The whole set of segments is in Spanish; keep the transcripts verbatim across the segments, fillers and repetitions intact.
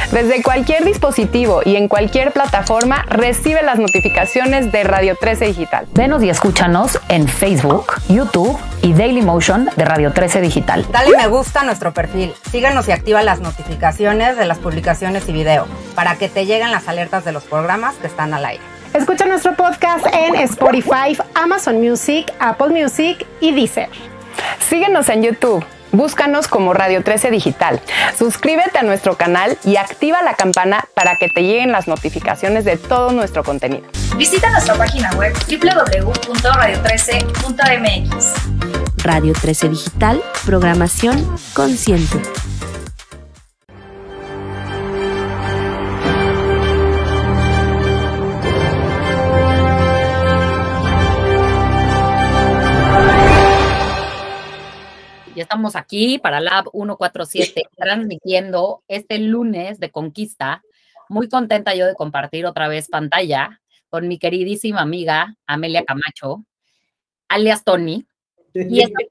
Desde cualquier dispositivo y en cualquier plataforma, recibe las notificaciones de Radio trece Digital. Venos y escúchanos en Facebook, YouTube y Dailymotion de Radio trece Digital. Dale me gusta a nuestro perfil. Síguenos y activa las notificaciones de las publicaciones y video para que te lleguen las alertas de los programas que están al aire. Escucha nuestro podcast en Spotify, Amazon Music, Apple Music y Deezer. Síguenos en YouTube. Búscanos como Radio trece Digital. Suscríbete a nuestro canal y activa la campana para que te lleguen las notificaciones de todo nuestro contenido. Visita nuestra página web doble u doble u doble u punto radio trece punto m x. Radio trece Digital, programación consciente. Ya estamos aquí para Lab ciento cuarenta y siete, transmitiendo este lunes de conquista. Muy contenta yo de compartir otra vez pantalla con mi queridísima amiga Amelia Camacho, alias Tony. Y esta,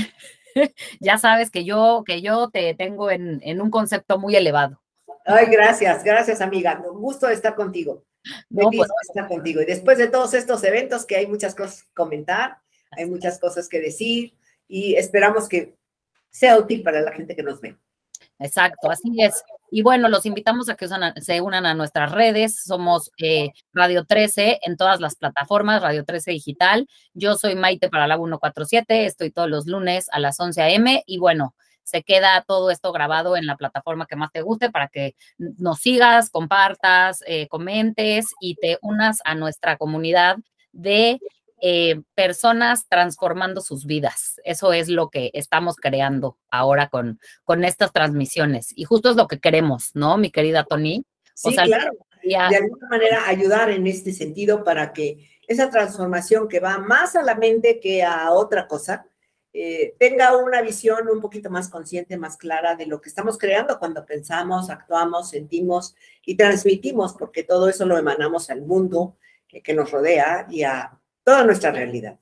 ya sabes que yo, que yo te tengo en, en un concepto muy elevado. Ay, gracias, gracias, amiga. Un gusto de estar contigo. No, Feliz pues, de estar contigo. Y después de todos estos eventos, que hay muchas cosas que comentar, hay muchas cosas que decir, y esperamos que sea útil para la gente que nos ve. Exacto, así es. Y bueno, los invitamos a que se unan a nuestras redes. Somos eh, Radio trece en todas las plataformas, Radio trece Digital. Yo soy Maite para la ciento cuarenta y siete, estoy todos los lunes a las once a eme y bueno, se queda todo esto grabado en la plataforma que más te guste para que nos sigas, compartas, eh, comentes y te unas a nuestra comunidad de Eh, personas transformando sus vidas. Eso es lo que estamos creando ahora con, con estas transmisiones. Y justo es lo que queremos, ¿no, mi querida Tony? Sí, o sea, claro. ya... De alguna manera ayudar en este sentido para que esa transformación que va más a la mente que a otra cosa, eh, tenga una visión un poquito más consciente, más clara de lo que estamos creando cuando pensamos, actuamos, sentimos y transmitimos, porque todo eso lo emanamos al mundo que, que nos rodea y a toda nuestra realidad.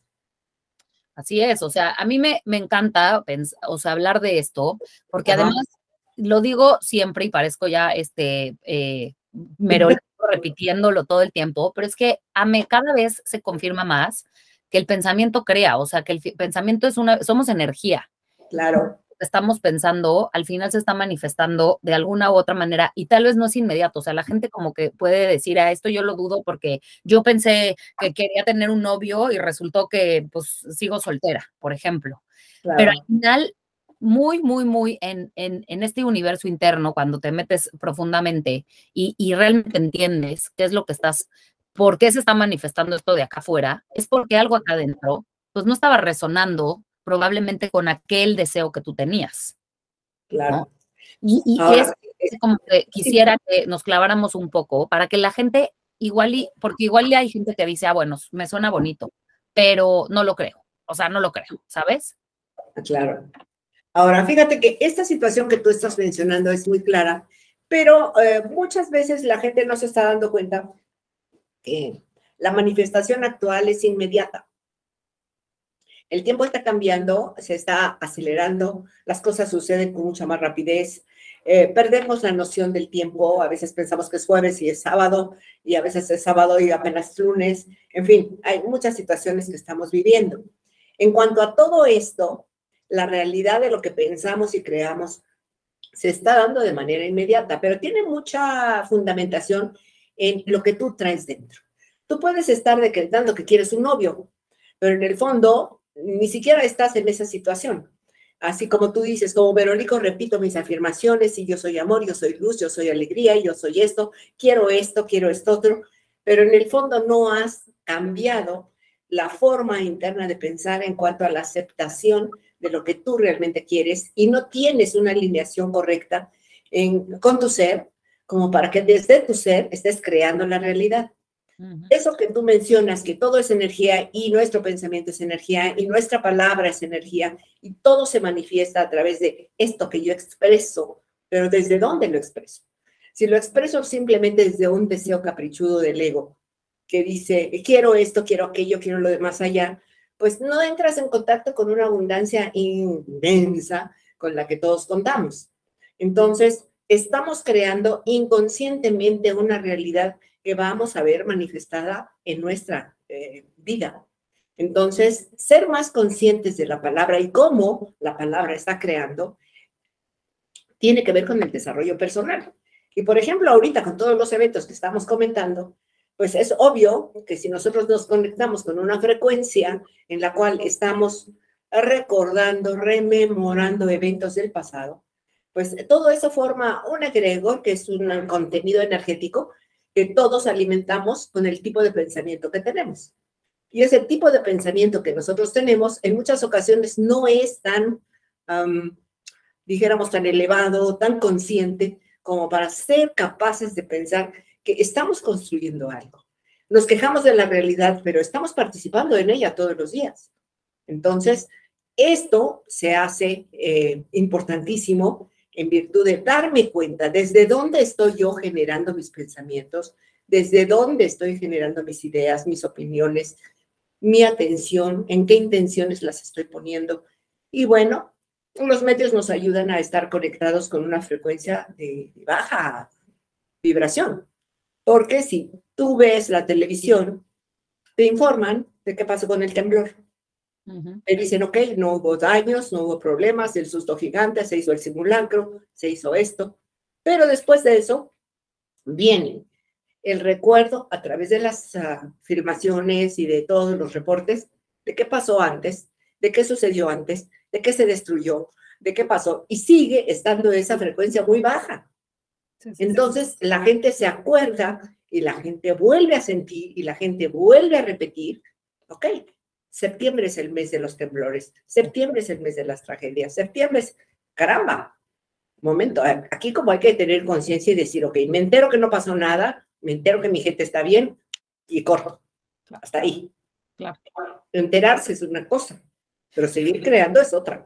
Así es, o sea, a mí me, me encanta pens- o sea, hablar de esto, porque Ajá. además lo digo siempre y parezco ya este eh, merolico repitiéndolo todo el tiempo, pero es que a mí cada vez se confirma más que el pensamiento crea, o sea, que el fi- pensamiento es una, somos energía. Claro. Estamos pensando, al final se está manifestando de alguna u otra manera y tal vez no es inmediato, o sea, la gente como que puede decir, a esto yo lo dudo porque yo pensé que quería tener un novio y resultó que pues sigo soltera, por ejemplo. Claro. Pero al final, muy, muy, muy en, en, en este universo interno, cuando te metes profundamente y, y realmente entiendes qué es lo que estás, por qué se está manifestando esto de acá afuera, es porque algo acá adentro, pues no estaba resonando probablemente con aquel deseo que tú tenías. Claro. ¿No? Y, y Ahora, es como que quisiera que nos claváramos un poco para que la gente igual, y, porque igual hay gente que dice, ah, bueno, me suena bonito, pero no lo creo, o sea, no lo creo, ¿sabes? Claro. Ahora, fíjate que esta situación que tú estás mencionando es muy clara, pero eh, muchas veces la gente no se está dando cuenta que la manifestación actual es inmediata. El tiempo está cambiando, se está acelerando, las cosas suceden con mucha más rapidez, eh, perdemos la noción del tiempo, a veces pensamos que es jueves y es sábado, y a veces es sábado y apenas es lunes, en fin, hay muchas situaciones que estamos viviendo. En cuanto a todo esto, la realidad de lo que pensamos y creamos se está dando de manera inmediata, pero tiene mucha fundamentación en lo que tú traes dentro. Tú puedes estar decretando que quieres un novio, pero en el fondo ni siquiera estás en esa situación. Así como tú dices, como Verónico, repito mis afirmaciones, y yo soy amor, yo soy luz, yo soy alegría, yo soy esto, quiero esto, quiero esto otro, pero en el fondo no has cambiado la forma interna de pensar en cuanto a la aceptación de lo que tú realmente quieres y no tienes una alineación correcta en, con tu ser, como para que desde tu ser estés creando la realidad. Uh-huh. Eso que tú mencionas, que todo es energía y nuestro pensamiento es energía y nuestra palabra es energía y todo se manifiesta a través de esto que yo expreso, pero ¿desde dónde lo expreso? Si lo expreso simplemente desde un deseo caprichudo del ego, que dice, quiero esto, quiero aquello, quiero lo de más allá, pues no entras en contacto con una abundancia inmensa con la que todos contamos. Entonces, estamos creando inconscientemente una realidad que vamos a ver manifestada en nuestra eh, vida. Entonces, ser más conscientes de la palabra y cómo la palabra está creando, tiene que ver con el desarrollo personal. Y, por ejemplo, ahorita con todos los eventos que estamos comentando, pues es obvio que si nosotros nos conectamos con una frecuencia en la cual estamos recordando, rememorando eventos del pasado, pues todo eso forma un egregor, que es un contenido energético que todos alimentamos con el tipo de pensamiento que tenemos. Y ese tipo de pensamiento que nosotros tenemos en muchas ocasiones no es tan, um, dijéramos, tan elevado, tan consciente como para ser capaces de pensar que estamos construyendo algo. Nos quejamos de la realidad, pero estamos participando en ella todos los días. Entonces, esto se hace eh, importantísimo en virtud de darme cuenta desde dónde estoy yo generando mis pensamientos, desde dónde estoy generando mis ideas, mis opiniones, mi atención, en qué intenciones las estoy poniendo. Y bueno, los medios nos ayudan a estar conectados con una frecuencia de, de baja vibración. Porque si tú ves la televisión, te informan de qué pasó con el temblor. Uh-huh. Te dicen, ok, no hubo daños, no hubo problemas, el susto gigante, se hizo el simulacro, se hizo esto. Pero después de eso, viene el recuerdo a través de las uh, filmaciones y de todos los reportes de qué pasó antes, de qué sucedió antes, de qué se destruyó, de qué pasó. Y sigue estando esa frecuencia muy baja. Sí, sí, Entonces, sí. la gente se acuerda y la gente vuelve a sentir y la gente vuelve a repetir, ok, septiembre es el mes de los temblores, septiembre es el mes de las tragedias, septiembre es, caramba, momento, aquí como hay que tener conciencia y decir, ok, me entero que no pasó nada, me entero que mi gente está bien y corro, hasta ahí. Claro. Enterarse es una cosa, pero seguir creando es otra.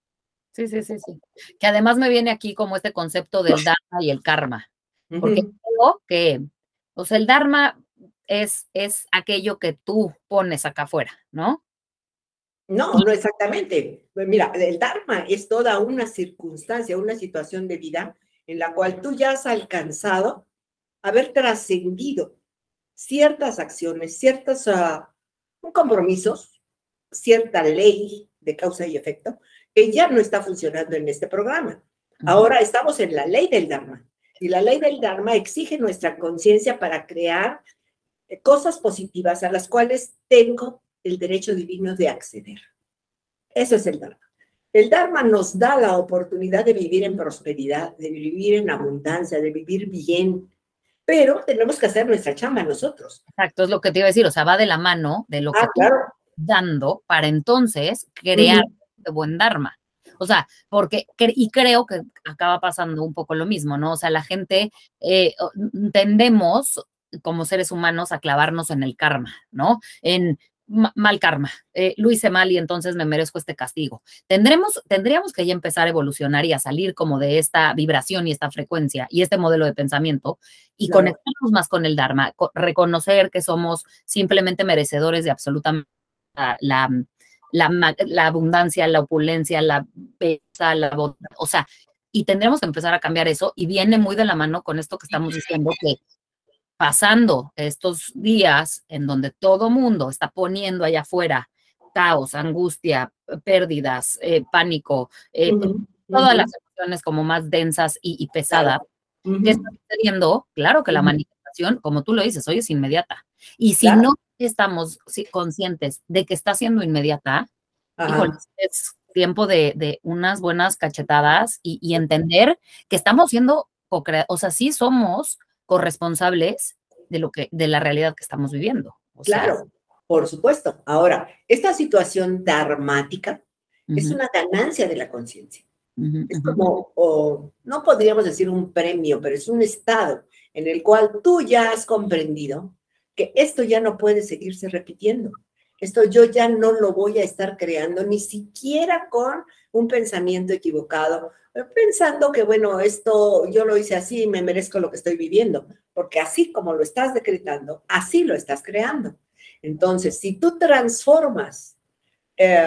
Sí, sí, sí, sí. Que además me viene aquí como este concepto del dharma y el karma, porque uh-huh. creo que, o sea, el dharma es, es aquello que tú pones acá afuera, ¿no? No, no exactamente. Mira, el dharma es toda una circunstancia, una situación de vida en la cual tú ya has alcanzado haber trascendido ciertas acciones, ciertos uh, compromisos, cierta ley de causa y efecto, que ya no está funcionando en este programa. Ahora estamos en la ley del Dharma. Y la ley del Dharma exige nuestra conciencia para crear cosas positivas a las cuales tengo el derecho divino de acceder. Eso es el Dharma. El Dharma nos da la oportunidad de vivir en prosperidad, de vivir en abundancia, de vivir bien, pero tenemos que hacer nuestra chamba nosotros. Exacto, es lo que te iba a decir, o sea, va de la mano de lo ah, que claro. tú estás dando para entonces crear uh-huh. de buen Dharma. O sea, porque, y creo que acaba pasando un poco lo mismo, ¿no? O sea, la gente eh, tendemos como seres humanos a clavarnos en el karma, ¿no? En mal karma, eh, lo hice mal y entonces me merezco este castigo. Tendremos, tendríamos que ya empezar a evolucionar y a salir como de esta vibración y esta frecuencia y este modelo de pensamiento y claro. conectarnos más con el Dharma, co- reconocer que somos simplemente merecedores de absolutamente la, la, la, la abundancia, la opulencia, la belleza, la bondad, o sea, y tendremos que empezar a cambiar eso y viene muy de la mano con esto que estamos diciendo que pasando estos días en donde todo mundo está poniendo allá afuera caos, angustia, pérdidas, eh, pánico, eh, uh-huh, todas uh-huh. las emociones como más densas y, y pesadas, uh-huh. ¿qué está sucediendo? Claro que uh-huh. la manifestación, como tú lo dices, hoy es inmediata. Y si claro. no estamos conscientes de que está siendo inmediata, uh-huh. híjole, es tiempo de, de unas buenas cachetadas y, y entender que estamos siendo, o sea, sí somos corresponsables de lo que, de la realidad que estamos viviendo. O claro, sea, por supuesto. Ahora, esta situación dharmática uh-huh. es una ganancia de la conciencia. Uh-huh, es como, o, no podríamos decir un premio, pero es un estado en el cual tú ya has comprendido que esto ya no puede seguirse repitiendo. Esto yo ya no lo voy a estar creando, ni siquiera con un pensamiento equivocado, pensando que, bueno, esto yo lo hice así y me merezco lo que estoy viviendo, porque así como lo estás decretando, así lo estás creando. Entonces, si tú transformas eh,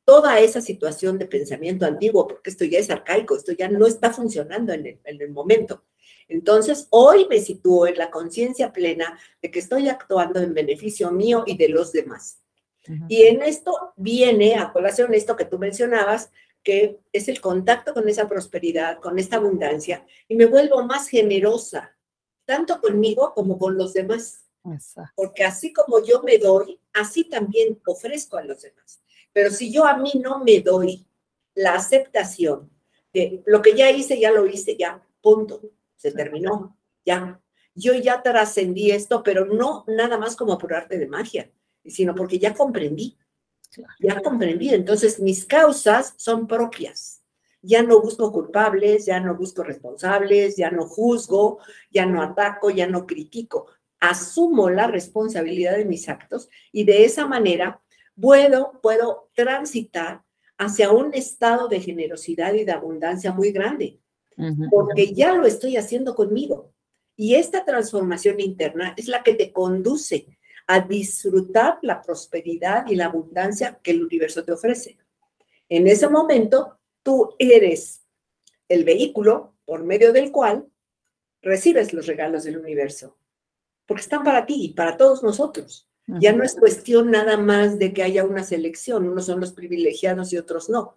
toda esa situación de pensamiento antiguo, porque esto ya es arcaico, esto ya no está funcionando en el, en el momento. Entonces, hoy me sitúo en la conciencia plena de que estoy actuando en beneficio mío y de los demás. Uh-huh. Y en esto viene a colación esto que tú mencionabas, que es el contacto con esa prosperidad, con esta abundancia, y me vuelvo más generosa, tanto conmigo como con los demás. Exacto. Porque así como yo me doy, así también ofrezco a los demás. Pero si yo a mí no me doy la aceptación de lo que ya hice, ya lo hice, ya, punto, se terminó, ya. Yo ya trascendí esto, pero no nada más como por arte de magia, sino porque ya comprendí. Ya comprendí, entonces mis causas son propias. Ya no busco culpables, ya no busco responsables, ya no juzgo, ya no ataco, ya no critico. Asumo la responsabilidad de mis actos y de esa manera puedo, puedo transitar hacia un estado de generosidad y de abundancia muy grande, uh-huh. porque ya lo estoy haciendo conmigo. Y esta transformación interna es la que te conduce a disfrutar la prosperidad y la abundancia que el universo te ofrece. En ese momento, tú eres el vehículo por medio del cual recibes los regalos del universo, porque están para ti y para todos nosotros. Uh-huh. Ya no es cuestión nada más de que haya una selección, unos son los privilegiados y otros no.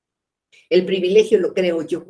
El privilegio lo creo yo,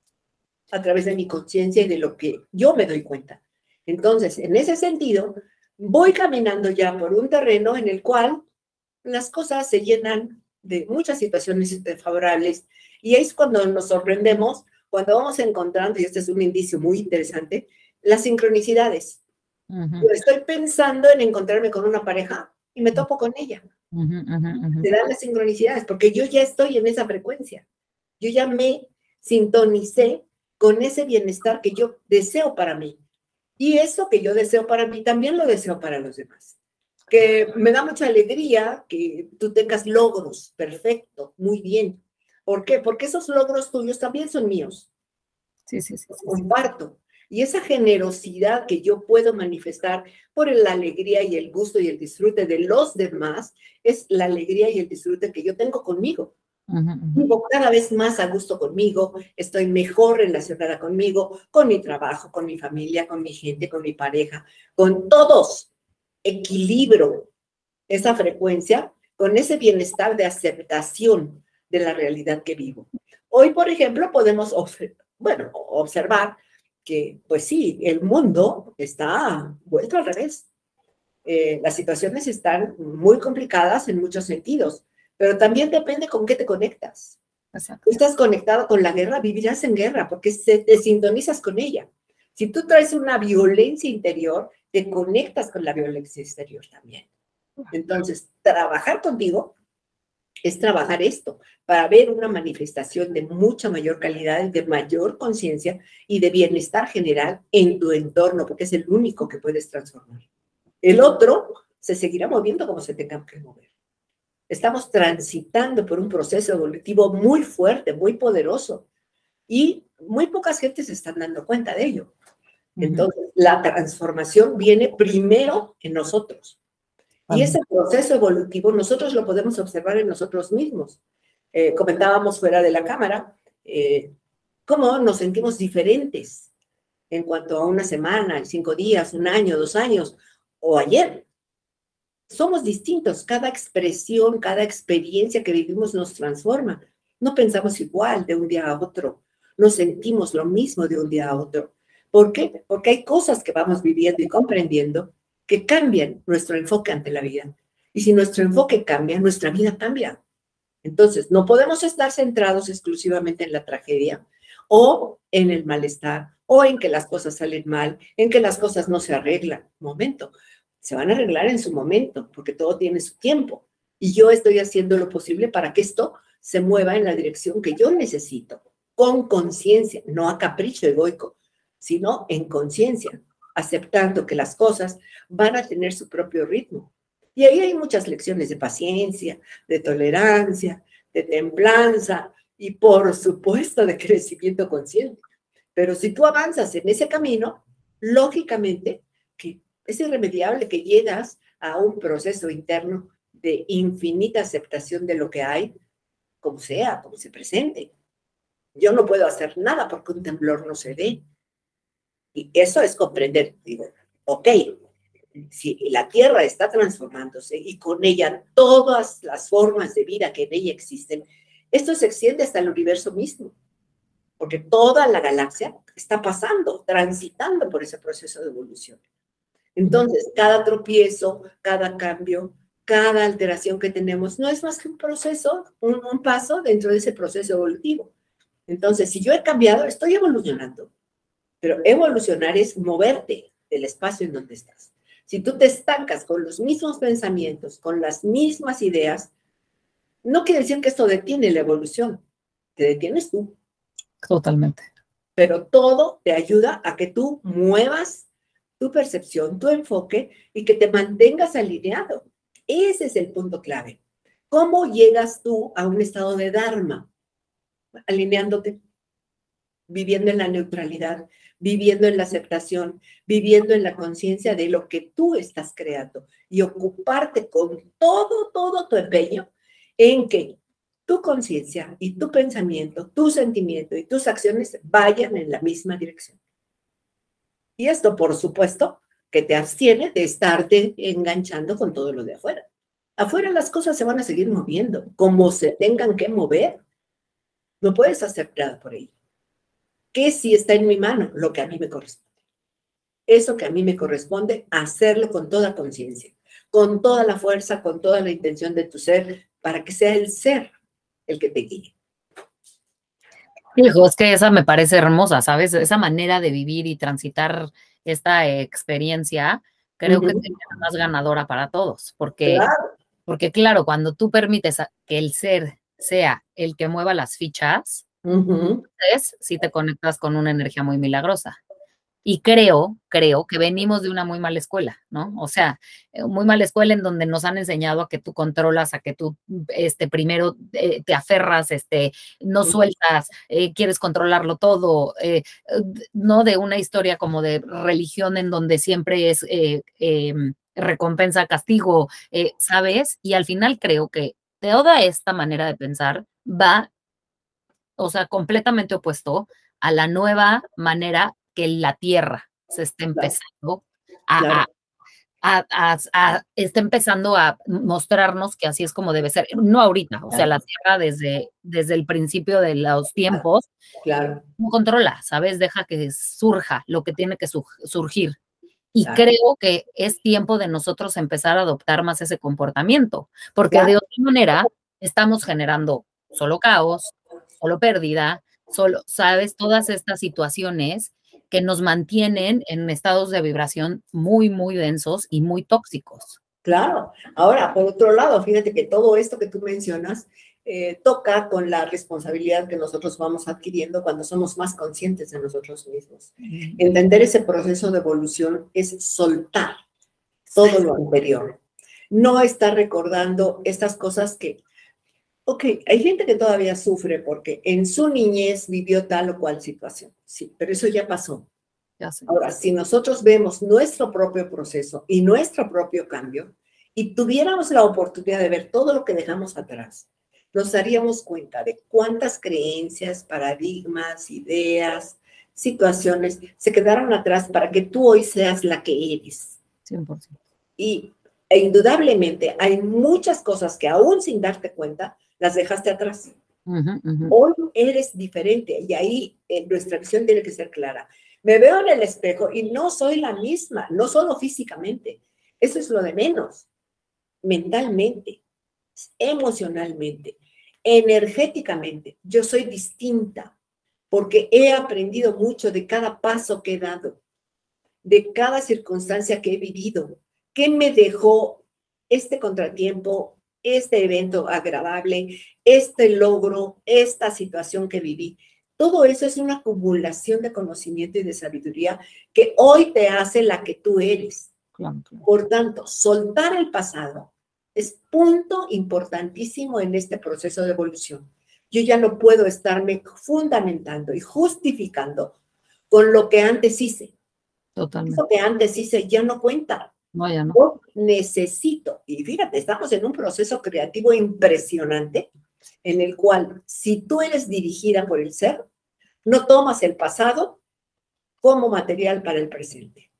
a través de mi conciencia y de lo que yo me doy cuenta. Entonces, en ese sentido, voy caminando ya por un terreno en el cual las cosas se llenan de muchas situaciones favorables y es cuando nos sorprendemos, cuando vamos encontrando, y este es un indicio muy interesante, las sincronicidades. Uh-huh. Yo estoy pensando en encontrarme con una pareja y me topo con ella. Uh-huh, uh-huh, uh-huh. Se dan las sincronicidades porque yo ya estoy en esa frecuencia. Yo ya me sintonicé con ese bienestar que yo deseo para mí. Y eso que yo deseo para mí, también lo deseo para los demás. Que me da mucha alegría que tú tengas logros, perfecto, muy bien. ¿Por qué? Porque esos logros tuyos también son míos. Sí, sí, sí. sí comparto. Y esa generosidad que yo puedo manifestar por la alegría y el gusto y el disfrute de los demás, es la alegría y el disfrute que yo tengo conmigo. Vivo cada vez más a gusto conmigo, estoy mejor relacionada conmigo, con mi trabajo, con mi familia, con mi gente, con mi pareja, con todos. Equilibro esa frecuencia con ese bienestar de aceptación de la realidad que vivo. Hoy, por ejemplo, podemos bueno, observar que, pues sí, el mundo está vuelto al revés. Eh, las situaciones están muy complicadas en muchos sentidos. Pero también depende con qué te conectas. Exacto. Tú estás conectado con la guerra, vivirás en guerra, porque se, te sintonizas con ella. Si tú traes una violencia interior, te conectas con la violencia exterior también. Entonces, trabajar contigo es trabajar esto, para ver una manifestación de mucha mayor calidad, de mayor conciencia y de bienestar general en tu entorno, porque es el único que puedes transformar. El otro se seguirá moviendo como se tenga que mover. Estamos transitando por un proceso evolutivo muy fuerte, muy poderoso, y muy pocas gentes se están dando cuenta de ello. Entonces, uh-huh. la transformación viene primero en nosotros. Uh-huh. Y ese proceso evolutivo nosotros lo podemos observar en nosotros mismos. Eh, comentábamos fuera de la cámara eh, cómo nos sentimos diferentes en cuanto a una semana, cinco días, un año, dos años, o ayer. Somos distintos, cada expresión, cada experiencia que vivimos nos transforma. No pensamos igual de un día a otro, no sentimos lo mismo de un día a otro. ¿Por qué? Porque hay cosas que vamos viviendo y comprendiendo que cambian nuestro enfoque ante la vida. Y si nuestro enfoque cambia, nuestra vida cambia. Entonces, no podemos estar centrados exclusivamente en la tragedia o en el malestar o en que las cosas salen mal, en que las cosas no se arreglan. Momento. Se van a arreglar en su momento, porque todo tiene su tiempo. Y yo estoy haciendo lo posible para que esto se mueva en la dirección que yo necesito, con conciencia, no a capricho egoico, sino en conciencia, aceptando que las cosas van a tener su propio ritmo. Y ahí hay muchas lecciones de paciencia, de tolerancia, de templanza y, por supuesto, de crecimiento consciente. Pero si tú avanzas en ese camino, lógicamente, que es irremediable que llegas a un proceso interno de infinita aceptación de lo que hay, como sea, como se presente. Yo no puedo hacer nada porque un temblor no se ve. Y eso es comprender, digo, ok, si la Tierra está transformándose y con ella todas las formas de vida que en ella existen, esto se extiende hasta el universo mismo, porque toda la galaxia está pasando, transitando por ese proceso de evolución. Entonces, cada tropiezo, cada cambio, cada alteración que tenemos no es más que un proceso, un, un paso dentro de ese proceso evolutivo. Entonces, si yo he cambiado, estoy evolucionando. Pero evolucionar es moverte del espacio en donde estás. Si tú te estancas con los mismos pensamientos, con las mismas ideas, no quiere decir que esto detiene la evolución. Te detienes tú. Totalmente. Pero todo te ayuda a que tú muevas tu percepción, tu enfoque y que te mantengas alineado. Ese es el punto clave. ¿Cómo llegas tú a un estado de Dharma? Alineándote, viviendo en la neutralidad, viviendo en la aceptación, viviendo en la conciencia de lo que tú estás creando y ocuparte con todo, todo tu empeño en que tu conciencia y tu pensamiento, tu sentimiento y tus acciones vayan en la misma dirección. Y esto, por supuesto, que te abstiene de estarte enganchando con todo lo de afuera. Afuera las cosas se van a seguir moviendo, como se tengan que mover. No puedes hacer nada por ello. ¿Qué sí está en mi mano? Lo que a mí me corresponde. Eso que a mí me corresponde, hacerlo con toda conciencia, con toda la fuerza, con toda la intención de tu ser, para que sea el ser el que te guíe. Hijo, es que esa me parece hermosa, ¿sabes? Esa manera de vivir y transitar esta experiencia, creo uh-huh. que es la más ganadora para todos, porque claro. porque claro, cuando tú permites que el ser sea el que mueva las fichas, uh-huh. entonces sí te conectas con una energía muy milagrosa. Y creo, creo que venimos de una muy mala escuela, ¿no? O sea, muy mala escuela en donde nos han enseñado a que tú controlas, a que tú este, primero eh, te aferras, este, no sueltas, eh, quieres controlarlo todo, eh, no de una historia como de religión en donde siempre es eh, eh, recompensa, castigo, eh, ¿sabes? Y al final creo que toda esta manera de pensar va, o sea, completamente opuesto a la nueva manera que la Tierra se está empezando a, claro. a, a, a, a está empezando a mostrarnos que así es como debe ser, no ahorita, o claro. sea, la Tierra desde, desde el principio de los tiempos, claro. no controla, ¿sabes? Deja que surja lo que tiene que su, surgir. Y claro. creo que es tiempo de nosotros empezar a adoptar más ese comportamiento, porque claro. de otra manera estamos generando solo caos, solo pérdida, solo, ¿sabes? Todas estas situaciones que nos mantienen en estados de vibración muy, muy densos y muy tóxicos. Claro. Ahora, por otro lado, fíjate que todo esto que tú mencionas eh, toca con la responsabilidad que nosotros vamos adquiriendo cuando somos más conscientes de nosotros mismos. Uh-huh. Entender ese proceso de evolución es soltar todo lo anterior. No estar recordando estas cosas que... Ok, hay gente que todavía sufre porque en su niñez vivió tal o cual situación. Sí, pero eso ya pasó. Ya sé. Ahora, si nosotros vemos nuestro propio proceso y nuestro propio cambio y tuviéramos la oportunidad de ver todo lo que dejamos atrás, nos daríamos cuenta de cuántas creencias, paradigmas, ideas, situaciones se quedaron atrás para que tú hoy seas la que eres. cien por ciento. Y e indudablemente hay muchas cosas que aún sin darte cuenta, las dejaste atrás. Uh-huh, uh-huh. Hoy eres diferente y ahí eh, nuestra visión tiene que ser clara. Me veo en el espejo y no soy la misma, no solo físicamente. Eso es lo de menos. Mentalmente, emocionalmente, energéticamente, yo soy distinta porque he aprendido mucho de cada paso que he dado, de cada circunstancia que he vivido. ¿Qué me dejó este contratiempo, este evento agradable, este logro, esta situación que viví? Todo eso es una acumulación de conocimiento y de sabiduría que hoy te hace la que tú eres. Claro, claro. Por tanto, soltar el pasado es punto importantísimo en este proceso de evolución. Yo ya no puedo estarme fundamentando y justificando con lo que antes hice. Totalmente. Eso que antes hice ya no cuenta. No, ya no. Yo necesito, y fíjate, estamos en un proceso creativo impresionante, en el cual si tú eres dirigida por el ser, no tomas el pasado como material para el presente.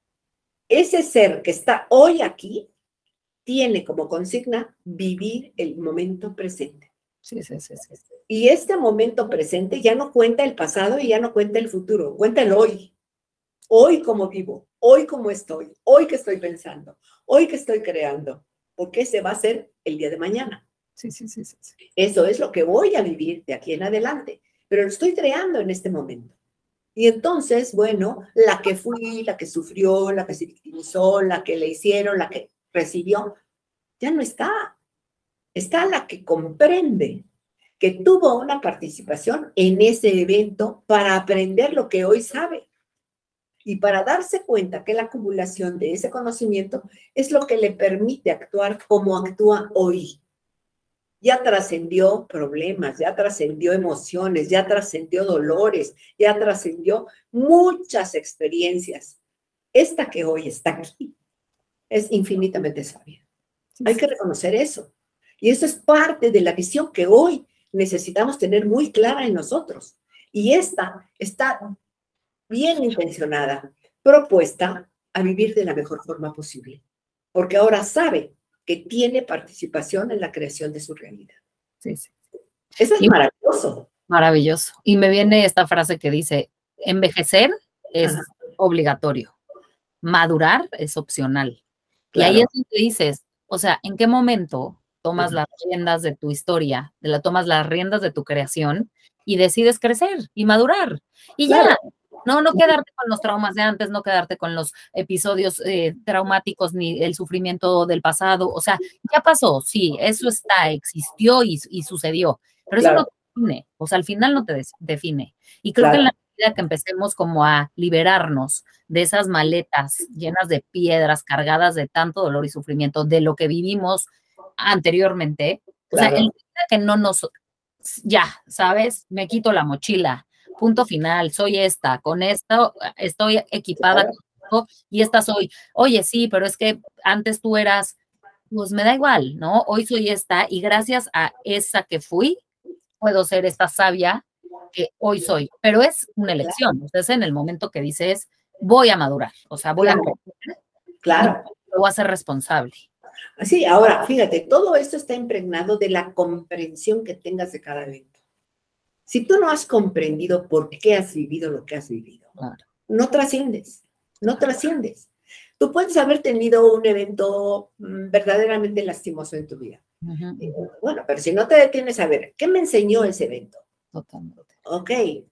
Ese ser que está hoy aquí tiene como consigna vivir el momento presente. Sí, sí, sí, sí. Y este momento presente ya no cuenta el pasado y ya no cuenta el futuro, cuenta el hoy. Hoy como vivo, hoy como estoy, hoy que estoy pensando, hoy que estoy creando, porque ese va a ser el día de mañana. Sí, sí, sí, sí, sí. Eso es lo que voy a vivir de aquí en adelante, pero lo estoy creando en este momento. Y entonces, bueno, la que fui, la que sufrió, la que se victimizó, la que le hicieron, la que recibió, ya no está. Está la que comprende que tuvo una participación en ese evento para aprender lo que hoy sabe y para darse cuenta que la acumulación de ese conocimiento es lo que le permite actuar como actúa hoy. Ya trascendió problemas, ya trascendió emociones, ya trascendió dolores, ya trascendió muchas experiencias. Esta que hoy está aquí es infinitamente sabia. Hay que reconocer eso. Y eso es parte de la visión que hoy necesitamos tener muy clara en nosotros. Y esta está bien intencionada, propuesta a vivir de la mejor forma posible. Porque ahora sabe que tiene participación en la creación de su realidad. Sí, sí. Eso es Y maravilloso. maravilloso. Y me viene esta frase que dice, envejecer es Ajá. obligatorio, madurar es opcional. Claro. Y ahí es donde dices, o sea, ¿en qué momento tomas Ajá. las riendas de tu historia, de la, tomas las riendas de tu creación y decides crecer y madurar? Y Claro. ya, no, no quedarte con los traumas de antes, no quedarte con los episodios eh, traumáticos ni el sufrimiento del pasado. O sea, ya pasó, sí, eso está, existió y, y sucedió, pero eso Claro. no te define, o sea, al final no te des- define. Y creo Claro. que en la medida que empecemos como a liberarnos de esas maletas llenas de piedras, cargadas de tanto dolor y sufrimiento, de lo que vivimos anteriormente, o sea, Claro. en la medida que no nos, ya, ¿sabes? Me quito la mochila, punto final, soy esta, con esto estoy equipada Claro. con esto, y esta soy. Oye, sí, pero es que antes tú eras, pues me da igual, ¿no? Hoy soy esta y gracias a esa que fui, puedo ser esta sabia que hoy soy, pero es una elección, o sea, es en el momento que dices, voy a madurar, o sea, voy Claro. a Claro. me voy a ser responsable. Sí, ahora, fíjate, todo esto está impregnado de la comprensión que tengas de cada evento. Si tú no has comprendido por qué has vivido lo que has vivido, Claro. no trasciendes, no trasciendes. Tú puedes haber tenido un evento mm, verdaderamente lastimoso en tu vida. Ujú, Eh, Bueno, pero si no te detienes a ver, ¿qué me enseñó ese evento? totalmente. Ok,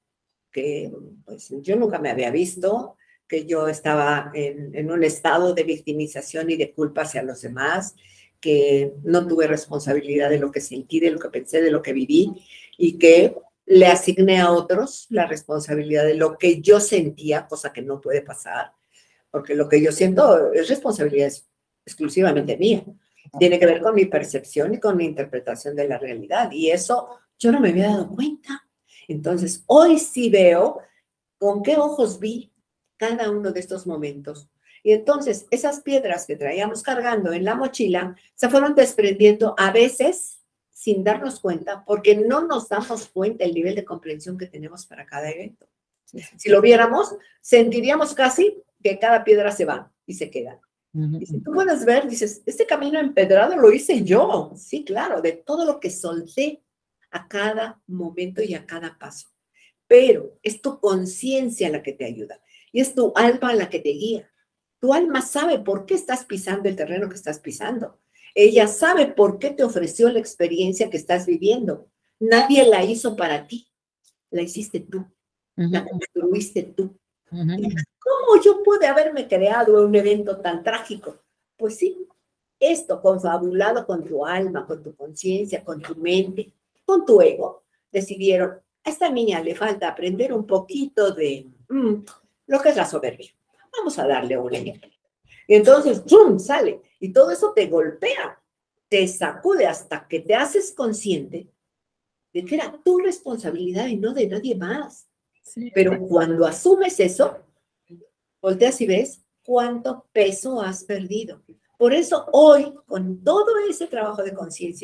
que pues yo nunca me había visto, que yo estaba en, en un estado de victimización y de culpa hacia los demás, que no tuve responsabilidad de lo que sentí, de lo que pensé, de lo que viví, y que le asigné a otros la responsabilidad de lo que yo sentía, cosa que no puede pasar, porque lo que yo siento es responsabilidad exclusivamente mía. Tiene que ver con mi percepción y con mi interpretación de la realidad, y eso yo no me había dado cuenta. Entonces, hoy sí veo con qué ojos vi cada uno de estos momentos. Y entonces, esas piedras que traíamos cargando en la mochila se fueron desprendiendo a veces sin darnos cuenta, porque no nos damos cuenta el nivel de comprensión que tenemos para cada evento. Si lo viéramos, sentiríamos casi que cada piedra se va y se queda. Y si tú puedes ver, dices, este camino empedrado lo hice yo. Sí, claro, de todo lo que solté a cada momento y a cada paso. Pero es tu conciencia la que te ayuda y es tu alma la que te guía. Tu alma sabe por qué estás pisando el terreno que estás pisando. Ella sabe por qué te ofreció la experiencia que estás viviendo. Nadie la hizo para ti, la hiciste tú, Ujú, la construiste tú. ujú. ¿Cómo yo pude haberme creado un evento tan trágico? Pues sí, esto confabulado con tu alma, con tu conciencia, con tu mente, con tu ego, decidieron, a esta niña le falta aprender un poquito de mm, lo que es la soberbia. Vamos a darle un ejemplo. Y entonces, ¡pum!, sale. Y todo eso te golpea, te sacude hasta que te haces consciente de que era tu responsabilidad y no de nadie más. Sí. Pero cuando asumes eso, volteas y ves cuánto peso has perdido. Por eso hoy, con todo ese trabajo de conciencia,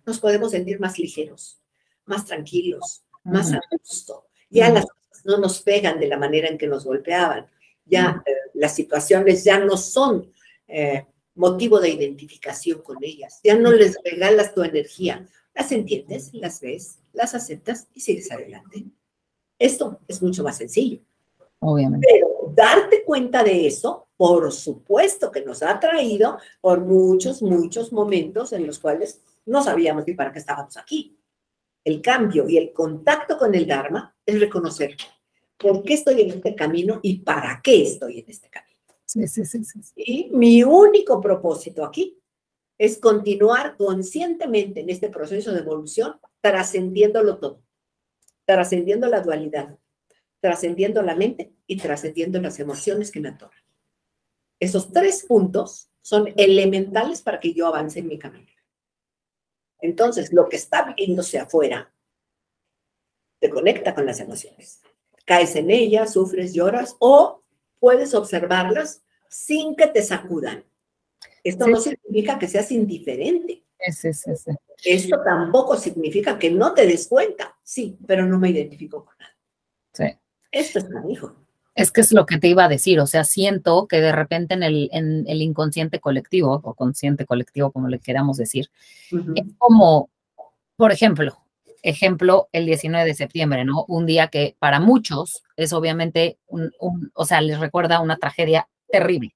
nos podemos sentir más ligeros, más tranquilos, más Ujú. a gusto. Ya Ujú. las cosas no nos pegan de la manera en que nos golpeaban. Ya eh, las situaciones ya no son eh, motivo de identificación con ellas. Ya no les regalas tu energía. Las entiendes, las ves, las aceptas y sigues adelante. Esto es mucho más sencillo. Obviamente. Pero darte cuenta de eso, por supuesto que nos ha traído por muchos, muchos momentos en los cuales no sabíamos ni para qué estábamos aquí. El cambio y el contacto con el Dharma es reconocer por qué estoy en este camino y para qué estoy en este camino. Sí, sí, sí, sí. sí. Y mi único propósito aquí es continuar conscientemente en este proceso de evolución, trascendiéndolo todo, trascendiendo la dualidad, trascendiendo la mente y trascendiendo las emociones que me atoran. Esos tres puntos son elementales para que yo avance en mi camino. Entonces, lo que está viéndose afuera te conecta con las emociones. Caes en ellas, sufres, lloras o puedes observarlas sin que te sacudan. Esto Sí. no significa que seas indiferente. Sí, sí, sí. Esto tampoco significa que no te des cuenta. Sí, pero no me identifico con nada. Sí. Esto es canijo. Es que es lo que te iba a decir, o sea, siento que de repente en el, en el inconsciente colectivo, o consciente colectivo, como le queramos decir, Uh-huh. es como, por ejemplo, ejemplo, el diecinueve de septiembre, ¿no? Un día que para muchos es obviamente, un, un, o sea, les recuerda una tragedia terrible.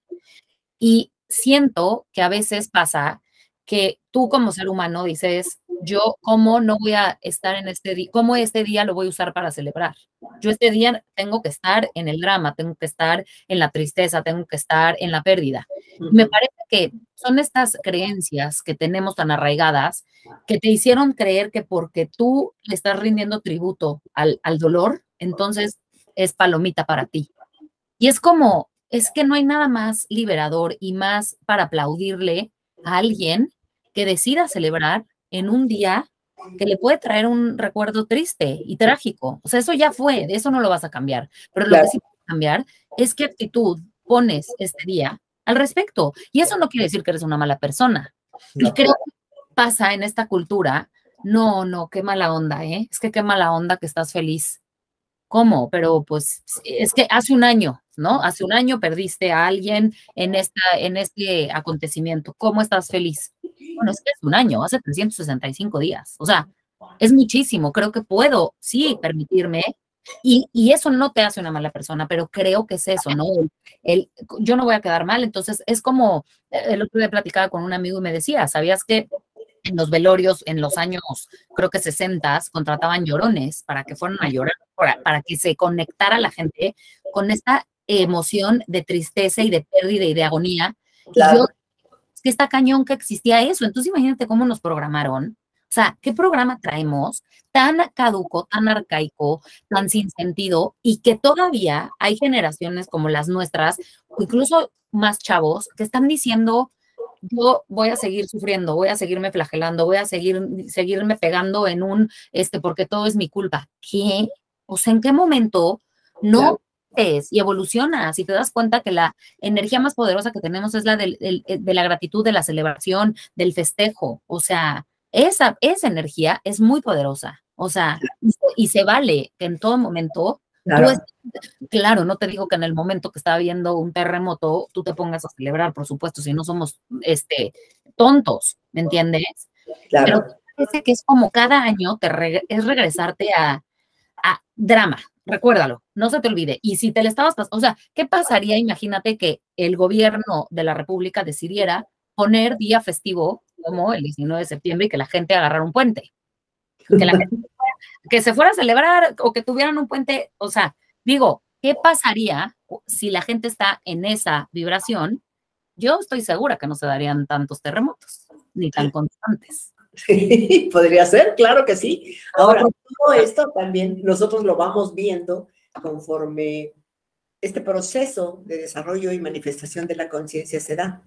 Y siento que a veces pasa que tú como ser humano dices, yo cómo no voy a estar en este día, cómo este día lo voy a usar para celebrar. Yo este día tengo que estar en el drama, tengo que estar en la tristeza, tengo que estar en la pérdida. Uh-huh. Me parece que son estas creencias que tenemos tan arraigadas que te hicieron creer que porque tú le estás rindiendo tributo al, al dolor, entonces es palomita para ti. Y es como, es que no hay nada más liberador y más para aplaudirle a alguien que decida celebrar en un día que le puede traer un recuerdo triste y trágico. O sea, eso ya fue, de eso no lo vas a cambiar. Pero Claro. lo que sí puedes cambiar es qué actitud pones este día al respecto. Y eso no quiere decir que eres una mala persona. No. Y creo que pasa en esta cultura, no, no, qué mala onda, ¿eh? Es que qué mala onda que estás feliz. ¿Cómo? Pero pues es que hace un año, ¿no? Hace un año perdiste a alguien en, esta, en este acontecimiento. ¿Cómo estás feliz? Bueno, es que es un año, hace trescientos sesenta y cinco días. O sea, es muchísimo. Creo que puedo, sí, permitirme. Y, y eso no te hace una mala persona, pero creo que es eso, ¿no? El, el, yo no voy a quedar mal. Entonces, es como, el otro día platicaba con un amigo y me decía, ¿sabías que en los velorios en los años, creo que sesenta, contrataban llorones para que fueran a llorar, para, para que se conectara la gente con esta emoción de tristeza y de pérdida y de agonía? Claro. Y yo, es que está cañón que existía eso. Entonces imagínate cómo nos programaron. O sea, ¿qué programa traemos tan caduco, tan arcaico, tan sin sentido, y que todavía hay generaciones como las nuestras, o incluso más chavos, que están diciendo, yo voy a seguir sufriendo, voy a seguirme flagelando, voy a seguir, seguirme pegando en un, este, porque todo es mi culpa? ¿Qué? O sea, ¿en qué momento no es y evolucionas y te das cuenta que la energía más poderosa que tenemos es la del, el, de la gratitud, de la celebración, del festejo? O sea, esa, esa energía es muy poderosa. O sea, y, y se vale que en todo momento Claro. tú estés. Claro, no te digo que en el momento que está habiendo un terremoto tú te pongas a celebrar, por supuesto, si no somos este, tontos, ¿me entiendes? Claro. Pero parece que es como cada año te re es regresarte a, a drama, recuérdalo, no se te olvide. Y si te le estabas pasando, o sea, ¿qué pasaría? Imagínate que el gobierno de la República decidiera poner día festivo como el diecinueve de septiembre y que la gente agarrara un puente. Que la gente que se fuera a celebrar o que tuvieran un puente, o sea, digo, ¿qué pasaría si la gente está en esa vibración? Yo estoy segura que no se darían tantos terremotos, ni tan constantes. Sí, podría ser, claro que sí. Ahora, todo esto también nosotros lo vamos viendo conforme este proceso de desarrollo y manifestación de la conciencia se da.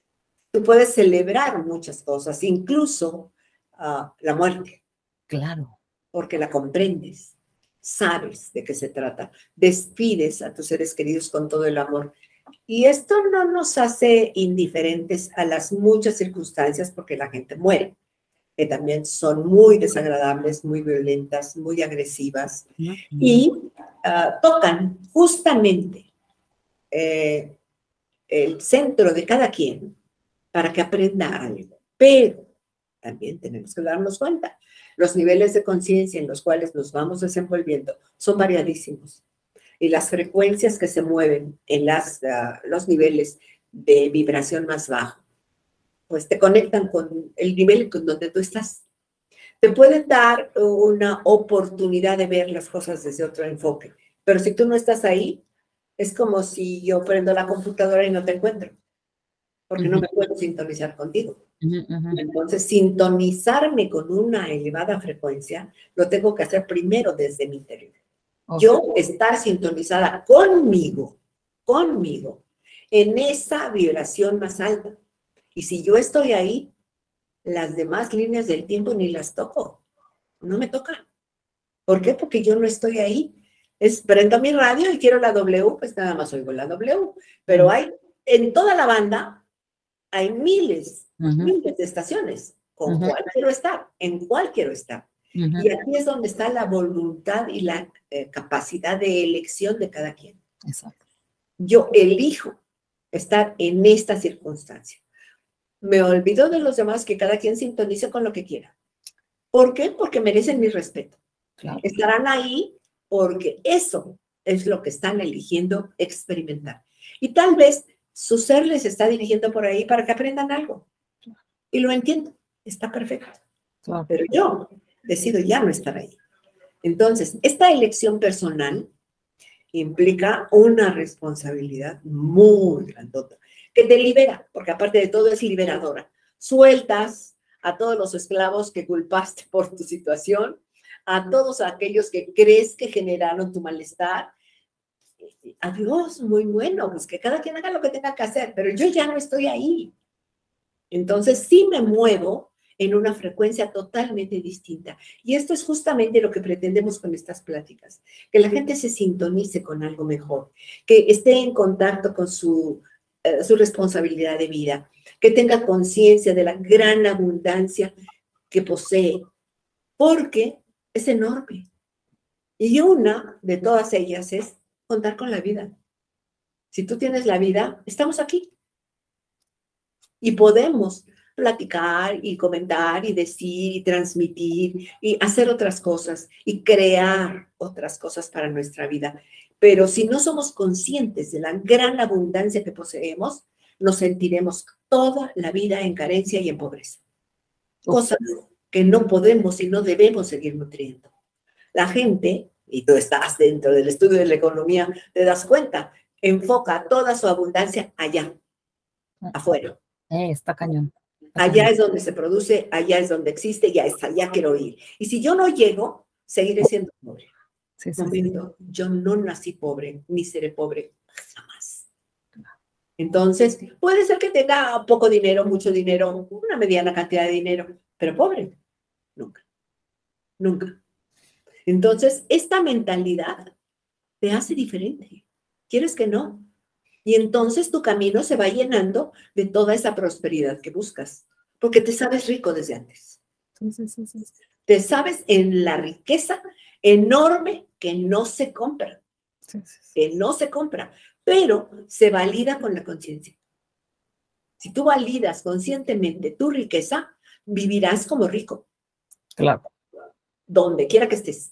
Tú puedes celebrar muchas cosas, incluso uh, la muerte. Claro. Porque la comprendes, sabes de qué se trata, despides a tus seres queridos con todo el amor. Y esto no nos hace indiferentes a las muchas circunstancias porque la gente muere. que también son muy desagradables, muy violentas, muy agresivas, uh-huh. y uh, tocan justamente eh, el centro de cada quien para que aprenda algo. Pero también tenemos que darnos cuenta, los niveles de conciencia en los cuales nos vamos desenvolviendo son variadísimos. Y las frecuencias que se mueven en las, uh, los niveles de vibración más bajo, pues te conectan con el nivel con donde tú estás. Te pueden dar una oportunidad de ver las cosas desde otro enfoque, pero si tú no estás ahí, es como si yo prendo la computadora y no te encuentro, porque uh-huh. no me puedo sintonizar contigo. Uh-huh, uh-huh. Entonces, sintonizarme con una elevada frecuencia, lo tengo que hacer primero desde mi interior. Okay. Yo estar sintonizada conmigo, conmigo, en esa vibración más alta. Y si yo estoy ahí, las demás líneas del tiempo ni las toco, no me tocan. ¿Por qué? Porque yo no estoy ahí. Es, prendo mi radio y quiero la W, pues nada más oigo la W. Pero hay, en toda la banda, hay miles, uh-huh. miles de estaciones. ¿Con uh-huh. cuál quiero estar? ¿En cuál quiero estar? Uh-huh. Y aquí es donde está la voluntad y la eh, capacidad de elección de cada quien. Exacto. Yo elijo estar en esta circunstancia. Me olvido de los demás, que cada quien sintonice con lo que quiera. ¿Por qué? Porque merecen mi respeto. Claro. Estarán ahí porque eso es lo que están eligiendo experimentar. Y tal vez su ser les está dirigiendo por ahí para que aprendan algo. Y lo entiendo, está perfecto. Claro. Pero yo decido ya no estar ahí. Entonces, esta elección personal implica una responsabilidad muy grandota, que te libera, porque aparte de todo es liberadora. Sueltas a todos los esclavos que culpaste por tu situación, a todos aquellos que crees que generaron tu malestar. Adiós, muy bueno, pues que cada quien haga lo que tenga que hacer, pero yo ya no estoy ahí. Entonces sí me muevo en una frecuencia totalmente distinta. Y esto es justamente lo que pretendemos con estas pláticas, que la gente se sintonice con algo mejor, que esté en contacto con su, eh, su responsabilidad de vida, que tenga conciencia de la gran abundancia que posee, porque es enorme. Y una de todas ellas es contar con la vida. Si tú tienes la vida, estamos aquí. Y podemos platicar y comentar y decir y transmitir y hacer otras cosas y crear otras cosas para nuestra vida. Pero si no somos conscientes de la gran abundancia que poseemos, nos sentiremos toda la vida en carencia y en pobreza. Cosas que no podemos y no debemos seguir nutriendo. La gente, y tú estás dentro del estudio de la economía, te das cuenta, enfoca toda su abundancia allá, afuera. Eh, está cañón. Allá es donde se produce, allá es donde existe, ya está, allá quiero ir. Y si yo no llego, seguiré siendo pobre. Sí, sí, sí. Yo no nací pobre, ni seré pobre jamás. Entonces, puede ser que tenga poco dinero, mucho dinero, una mediana cantidad de dinero, pero pobre, nunca, nunca. Entonces, esta mentalidad te hace diferente. ¿Quieres que no? Y entonces tu camino se va llenando de toda esa prosperidad que buscas, porque te sabes rico desde antes. Sí, sí, sí, sí. Te sabes en la riqueza enorme que no se compra, sí, sí, sí. que no se compra, pero se valida con la conciencia. Si tú validas conscientemente tu riqueza, vivirás como rico. Claro. Donde quiera que estés.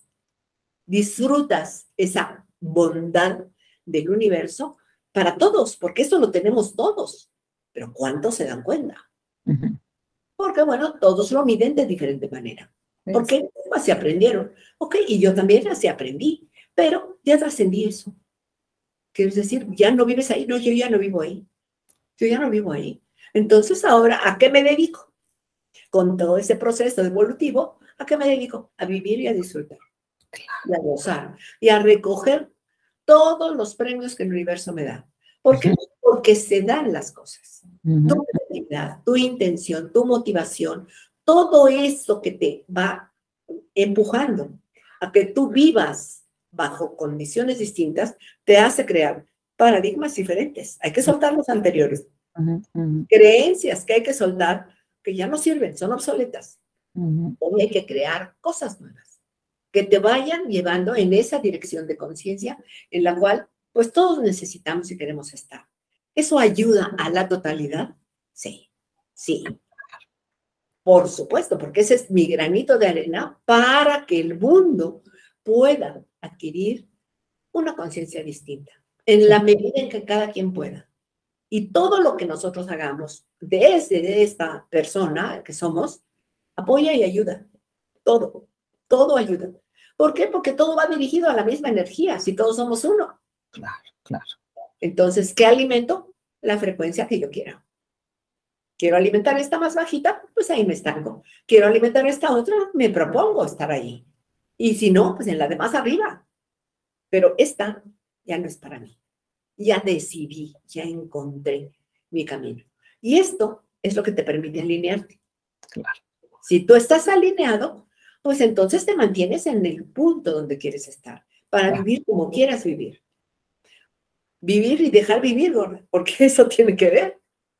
Disfrutas esa bondad del universo para todos, porque eso lo tenemos todos. Pero ¿cuántos se dan cuenta? Uh-huh. Porque, bueno, todos lo miden de diferente manera. Sí. Porque así aprendieron. Ok, y yo también así aprendí, pero ya trascendí eso. Quiero decir, ya no vives ahí. No, yo ya no vivo ahí. Yo ya no vivo ahí. Entonces, ahora, ¿a qué me dedico? Con todo ese proceso evolutivo, ¿a qué me dedico? A vivir y a disfrutar. Y a gozar. Y a recoger todos los premios que el universo me da. ¿Por qué? Porque se dan las cosas. Uh-huh. Tu creatividad, tu intención, tu motivación, todo eso que te va empujando a que tú vivas bajo condiciones distintas, te hace crear paradigmas diferentes. Hay que soltar los anteriores. Uh-huh. Uh-huh. Creencias que hay que soltar, que ya no sirven, son obsoletas. Ujú. Hoy hay que crear cosas nuevas que te vayan llevando en esa dirección de conciencia en la cual pues todos necesitamos y queremos estar. ¿Eso ayuda a la totalidad? Sí, sí. Por supuesto, porque ese es mi granito de arena para que el mundo pueda adquirir una conciencia distinta, en la medida en que cada quien pueda. Y todo lo que nosotros hagamos desde esta persona que somos, apoya y ayuda. Todo, todo ayuda. ¿Por qué? Porque todo va dirigido a la misma energía, si todos somos uno. Claro, claro. Entonces, ¿qué alimento? La frecuencia que yo quiera. Quiero alimentar esta más bajita, pues ahí me estanco. Quiero alimentar esta otra, me propongo estar ahí. Y si no, pues en la de más arriba. Pero esta ya no es para mí. Ya decidí, ya encontré mi camino. Y esto es lo que te permite alinearte. Claro. Si tú estás alineado, pues entonces te mantienes en el punto donde quieres estar, para Claro. vivir como quieras vivir. Vivir y dejar vivir, Gorda, porque eso tiene que ver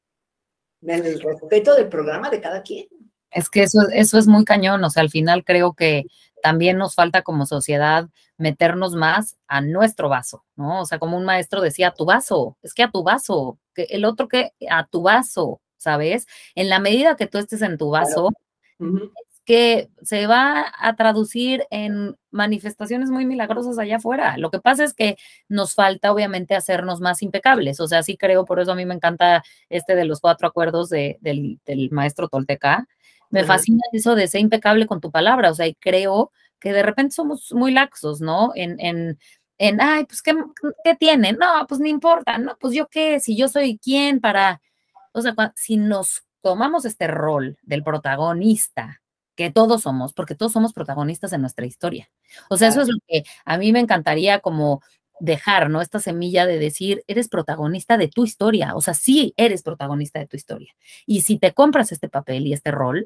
en el respeto del programa de cada quien. Es que eso, eso es muy cañón, o sea, al final creo que también nos falta como sociedad meternos más a nuestro vaso, ¿no? O sea, como un maestro decía, a tu vaso, es que a tu vaso, que el otro que a tu vaso, ¿sabes? En la medida que tú estés en tu vaso, Claro. Uh-huh. que se va a traducir en manifestaciones muy milagrosas allá afuera. Lo que pasa es que nos falta, obviamente, hacernos más impecables. O sea, sí creo, por eso a mí me encanta este de los cuatro acuerdos de, del, del maestro tolteca. Me Ajá. fascina eso de ser impecable con tu palabra. O sea, y creo que de repente somos muy laxos, ¿no? En, en, en ay, pues, ¿qué, qué tiene? No, pues, no importa. No, pues, ¿yo qué? Si yo soy quién para... O sea, si nos tomamos este rol del protagonista, que todos somos, porque todos somos protagonistas en nuestra historia. O sea, Claro. eso es lo que a mí me encantaría como dejar, ¿no? Esta semilla de decir, eres protagonista de tu historia. O sea, sí eres protagonista de tu historia. Y si te compras este papel y este rol,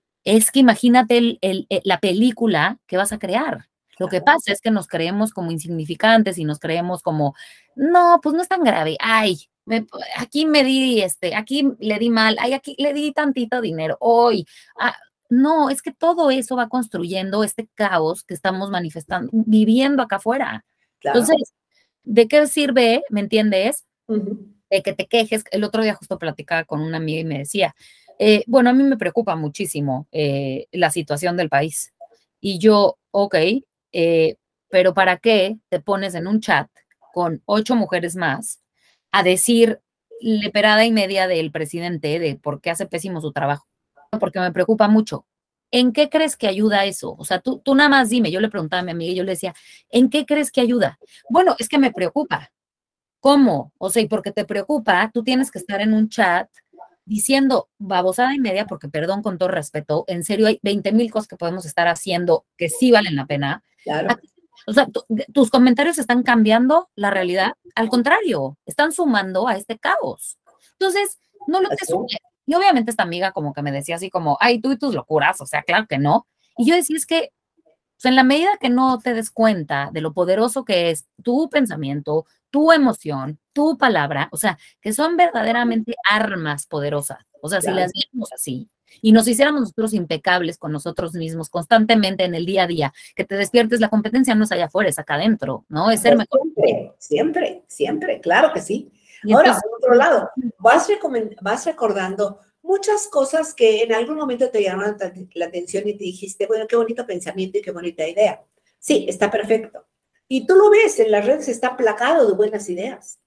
es que imagínate el, el, el, la película que vas a crear. Lo que pasa es que nos creemos como insignificantes y nos creemos como, no, pues no es tan grave. Ay, me, aquí me di, este, aquí le di mal, ay, aquí le di tantito dinero, hoy. Ah, no, es que todo eso va construyendo este caos que estamos manifestando, viviendo acá afuera. Claro. Entonces, ¿de qué sirve, me entiendes? Uh-huh. De que te quejes. El otro día justo platicaba con una amiga y me decía, eh, bueno, a mí me preocupa muchísimo eh, la situación del país. Y yo, ok, eh, pero ¿para qué te pones en un chat con ocho mujeres más a decir leperada y media del presidente de por qué hace pésimo su trabajo? Porque me preocupa mucho. ¿En qué crees que ayuda eso? O sea, tú, tú nada más dime, yo le preguntaba a mi amiga y yo le decía, ¿en qué crees que ayuda? Bueno, es que me preocupa. ¿Cómo? O sea, y porque te preocupa, tú tienes que estar en un chat diciendo babosada y media, porque perdón, con todo respeto, en serio hay veinte mil cosas que podemos estar haciendo que sí valen la pena. Claro. O sea, tu, tus comentarios están cambiando la realidad, al contrario, están sumando a este caos. Entonces, no lo te sume. Y obviamente esta amiga como que me decía así como, ay, tú y tus locuras, o sea, claro que no. Y yo decía, es que, o sea, en la medida que no te des cuenta de lo poderoso que es tu pensamiento, tu emoción, tu palabra, o sea, que son verdaderamente armas poderosas. O sea, claro. Si las viéramos así y nos hiciéramos nosotros impecables con nosotros mismos constantemente en el día a día, que te despiertes, la competencia no es allá afuera, es acá adentro, ¿no? Es ser mejor. Siempre, siempre, siempre, claro que sí. Y ahora, entonces, por otro lado, vas, vas recordando muchas cosas que en algún momento te llamaron la atención y te dijiste, bueno, qué bonito pensamiento y qué bonita idea. Sí, está perfecto. Y tú lo ves, en las redes está plagado de buenas ideas.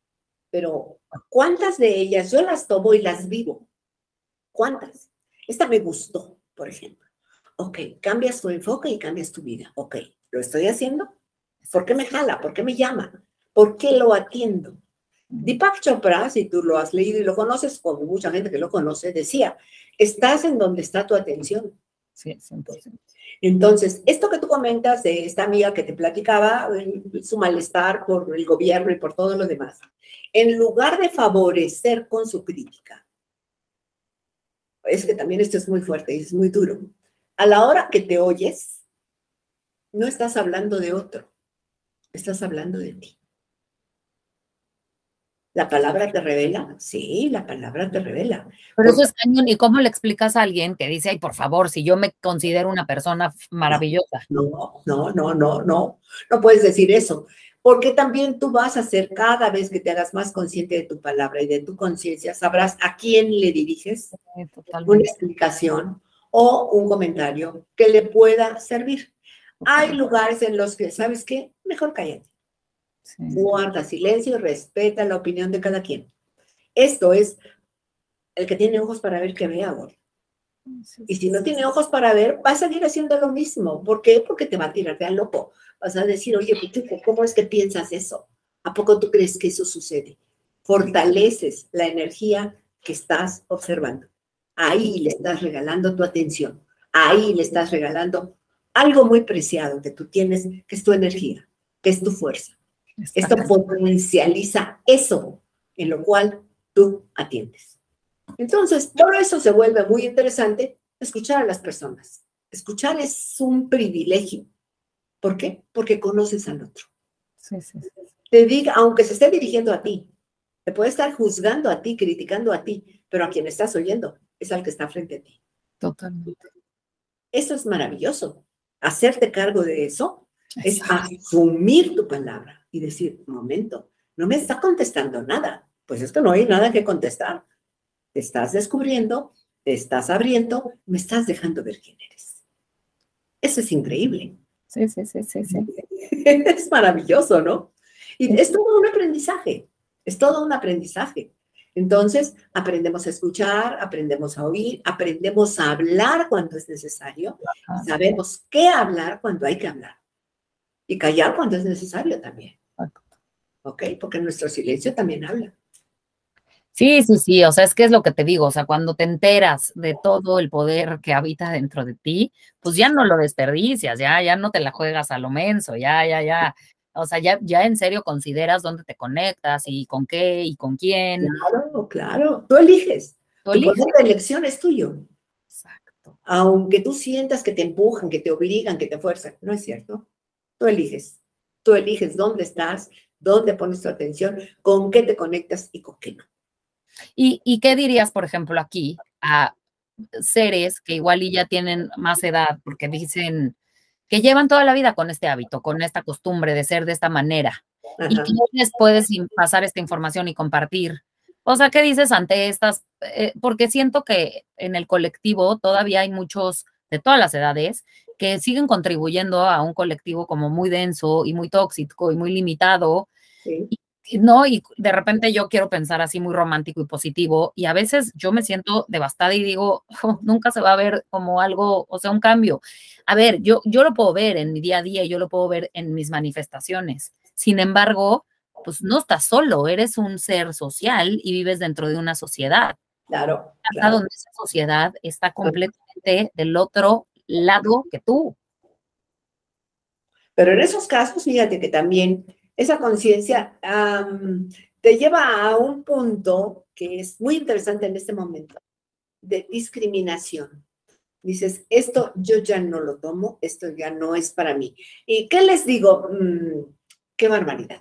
Pero, ¿cuántas de ellas yo las tomo y las vivo? ¿Cuántas? Esta me gustó, por ejemplo. Ok, cambias tu enfoque y cambias tu vida. Ok, ¿lo estoy haciendo? ¿Por qué me jala? ¿Por qué me llama? ¿Por qué lo atiendo? Deepak Chopra, si tú lo has leído y lo conoces, como mucha gente que lo conoce, decía, estás en donde está tu atención. Sí, cien por ciento. Entonces, esto que tú comentas de esta amiga que te platicaba, su malestar por el gobierno y por todo lo demás, en lugar de favorecer con su crítica, es que también esto es muy fuerte y es muy duro, a la hora que te oyes, no estás hablando de otro, estás hablando de ti. ¿La palabra te revela? Sí, la palabra te revela. Pero eso Porque es cañón. ¿Y cómo le explicas a alguien que dice, ay, por favor, si yo me considero una persona f- maravillosa? no, no, no, no, no, no puedes decir eso, porque también tú vas a ser, cada vez que te hagas más consciente de tu palabra y de tu conciencia, sabrás a quién le diriges Sí, una totalmente. explicación o un comentario que le pueda servir. Hay lugares en los que, ¿sabes qué? Mejor cállate. Sí. Guarda silencio y respeta la opinión de cada quien. Esto es el que tiene ojos para ver que vea, güey. Y si no tiene ojos para ver, va a seguir haciendo lo mismo. ¿Por qué? Porque te va a tirar de al loco. Vas a decir, oye, Pitufo, ¿cómo es que piensas eso? ¿A poco tú crees que eso sucede? Fortaleces la energía que estás observando. Ahí le estás regalando tu atención. Ahí le estás regalando algo muy preciado que tú tienes, que es tu energía, que es tu fuerza. Esto potencializa eso en lo cual tú atiendes. Entonces, por eso se vuelve muy interesante escuchar a las personas. Escuchar es un privilegio. ¿Por qué? Porque conoces al otro. Sí, sí, sí. Te diga, aunque se esté dirigiendo a ti, te puede estar juzgando a ti, criticando a ti, pero a quien estás oyendo es al que está frente a ti. Totalmente. Eso es maravilloso. Hacerte cargo de eso es Exacto. asumir tu palabra y decir, un momento, no me está contestando nada. Pues es que no hay nada que contestar. Te estás descubriendo, te estás abriendo, me estás dejando ver quién eres. Eso es increíble. Sí, sí, sí, sí, sí. Es maravilloso, ¿no? Y es todo un aprendizaje, es todo un aprendizaje. Entonces, aprendemos a escuchar, aprendemos a oír, aprendemos a hablar cuando es necesario, Ajá. sabemos qué hablar cuando hay que hablar y callar cuando es necesario también. ¿Ok? Porque nuestro silencio también habla. Sí, sí, sí, o sea, es que es lo que te digo, o sea, cuando te enteras de todo el poder que habita dentro de ti, pues ya no lo desperdicias, ya, ya no te la juegas a lo menso, ya, ya, ya, o sea, ya, ya en serio consideras dónde te conectas y con qué y con quién. Claro, claro, tú eliges. Tú Tu eliges. poder de elección es tuyo. Exacto. Aunque tú sientas que te empujan, que te obligan, que te fuerzan, no es cierto. Tú eliges. Tú eliges dónde estás, dónde pones tu atención, con qué te conectas y con qué no. ¿Y, y qué dirías, por ejemplo, aquí a seres que igual y ya tienen más edad, porque dicen que llevan toda la vida con este hábito, con esta costumbre de ser de esta manera, y Ajá. que no les puedes in- pasar esta información y compartir? O sea, ¿qué dices ante estas? Eh, porque siento que en el colectivo todavía hay muchos de todas las edades que siguen contribuyendo a un colectivo como muy denso y muy tóxico y muy limitado. Sí. Y- No, y de repente yo quiero pensar así muy romántico y positivo, y a veces yo me siento devastada y digo, "Oh, nunca se va a ver como algo, o sea, un cambio". A ver, yo, yo lo puedo ver en mi día a día, yo lo puedo ver en mis manifestaciones. Sin embargo, pues no estás solo, eres un ser social y vives dentro de una sociedad, Claro, hasta claro. donde esa sociedad está completamente del otro lado que tú. Pero en esos casos, fíjate que también esa conciencia am, te lleva a un punto que es muy interesante en este momento, de discriminación. Dices, esto yo ya no lo tomo, esto ya no es para mí. ¿Y qué les digo? Mm, qué barbaridad.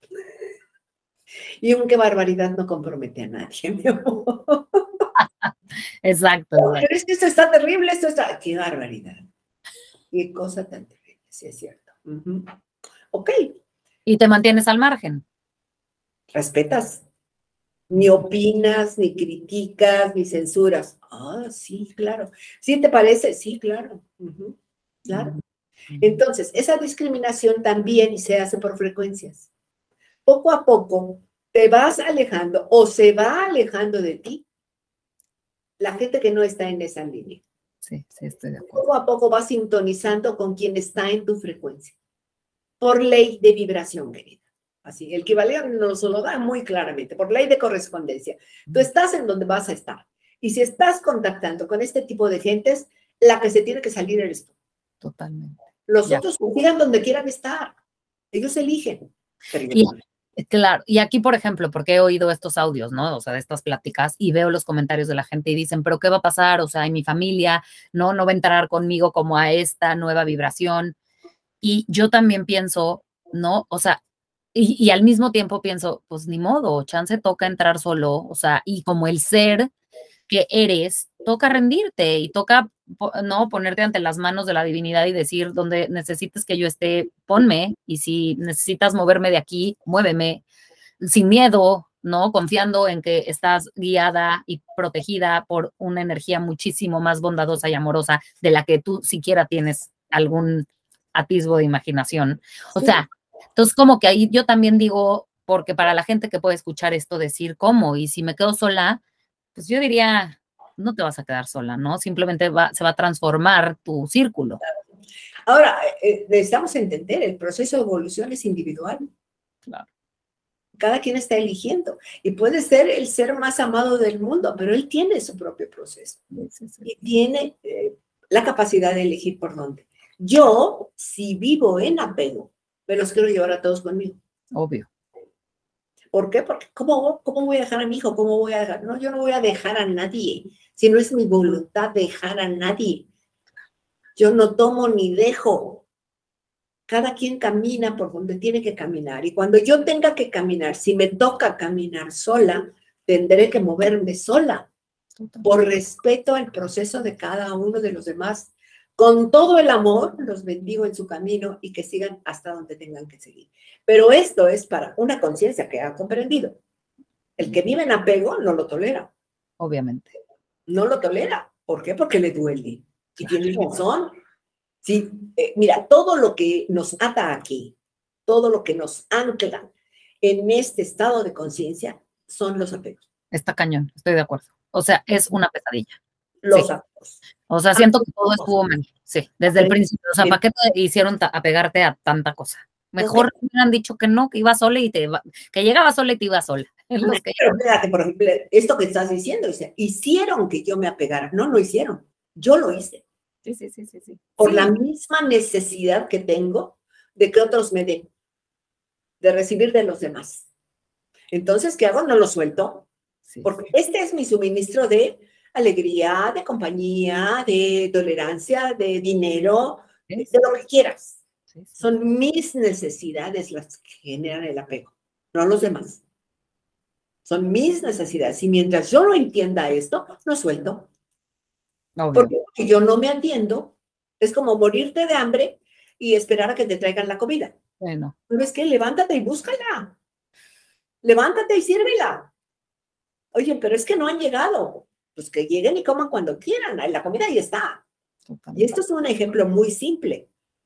Y un qué barbaridad no compromete a nadie, mi amor. Exacto, Pero exacto. es que esto está terrible, esto está... ¡Qué barbaridad! Qué cosa tan terrible, sí es cierto. Ujú. Ok, Y te mantienes al margen. respetas. Ni opinas, ni criticas, ni censuras. Ah, sí, claro. ¿Sí te parece? Sí, claro. Ujú, claro. Entonces, esa discriminación también se hace por frecuencias. Poco a poco te vas alejando o se va alejando de ti la gente que no está en esa línea. Sí, sí, estoy de acuerdo. Poco a poco vas sintonizando con quien está en tu frecuencia. Por ley de vibración, querida. Así, el Kybalión nos lo da muy claramente, por ley de correspondencia. Tú estás en donde vas a estar. Y si estás contactando con este tipo de gentes, la que se tiene que salir eres tú. Totalmente. Los Ya. otros confían donde quieran estar. Ellos eligen. Pero yo Y, no. claro, y aquí, por ejemplo, porque he oído estos audios, ¿no? O sea, de estas pláticas y veo los comentarios de la gente y dicen, pero ¿qué va a pasar? O sea, en mi familia, no, no va a entrar conmigo como a esta nueva vibración. Y yo también pienso, ¿no? O sea, Y, y al mismo tiempo pienso, pues ni modo, chance toca entrar solo, o sea, y como el ser que eres, toca rendirte y toca, no, ponerte ante las manos de la divinidad y decir, donde necesites que yo esté, ponme, y si necesitas moverme de aquí, muéveme, sin miedo, ¿no? Confiando en que estás guiada y protegida por una energía muchísimo más bondadosa y amorosa de la que tú siquiera tienes algún atisbo de imaginación. O Sí. sea, entonces como que ahí yo también digo, porque para la gente que puede escuchar esto, decir cómo, y si me quedo sola, pues yo diría, no te vas a quedar sola, ¿no? Simplemente va, se va a transformar tu círculo. Ahora, eh, necesitamos entender, el proceso de evolución es individual. Claro. Cada quien está eligiendo. Y puede ser el ser más amado del mundo, pero él tiene su propio proceso. Sí, sí, sí. Y tiene eh, la capacidad de elegir por dónde. Yo, si vivo en apego, me los quiero llevar a todos conmigo. Obvio. ¿Por qué? Porque ¿cómo, ¿cómo voy a dejar a mi hijo? ¿Cómo voy a dejar? No, yo no voy a dejar a nadie. Si no es mi voluntad dejar a nadie. Yo no tomo ni dejo. Cada quien camina por donde tiene que caminar. Y cuando yo tenga que caminar, si me toca caminar sola, tendré que moverme sola. Por respeto al proceso de cada uno de los demás. Con todo el amor, los bendigo en su camino y que sigan hasta donde tengan que seguir. Pero esto es para una conciencia que ha comprendido. El que vive en apego no lo tolera. Obviamente. No lo tolera. ¿Por qué? Porque le duele. Y tiene razón. Sí, eh, mira, todo lo que nos ata aquí, todo lo que nos ancla en este estado de conciencia son los apegos. Está cañón, estoy de acuerdo. O sea, es una pesadilla. Los Sí. apegos. O sea, siento que todo estuvo mal. Sí, desde el principio. O sea, ¿para qué te hicieron ta- apegarte a tanta cosa? Mejor me hubieran dicho que no, que iba sola y te iba, que llegaba sola y te iba sola. Es los que- Pero espérate, por ejemplo, esto que estás diciendo, dice, hicieron que yo me apegara. No, no hicieron. Yo lo hice. Sí, sí, sí, sí, sí. Por Sí. la misma necesidad que tengo de que otros me den, de recibir de los demás. Entonces, ¿qué hago? No lo suelto. Sí, Porque este es mi suministro de alegría, de compañía, de tolerancia, de dinero, sí, de, de lo que quieras. sí, sí. Son mis necesidades las que generan el apego, no los demás. Son mis necesidades. Y mientras yo no entienda esto, no suelto. Obvio. Porque si yo no me atiendo, es como morirte de hambre y esperar a que te traigan la comida. Bueno, ¿Sabes qué? Levántate y búscala. Levántate y sírvela. Oye, pero es que no han llegado. Pues que lleguen y coman cuando quieran. La comida ahí está. Y totalmente. esto es un ejemplo muy simple.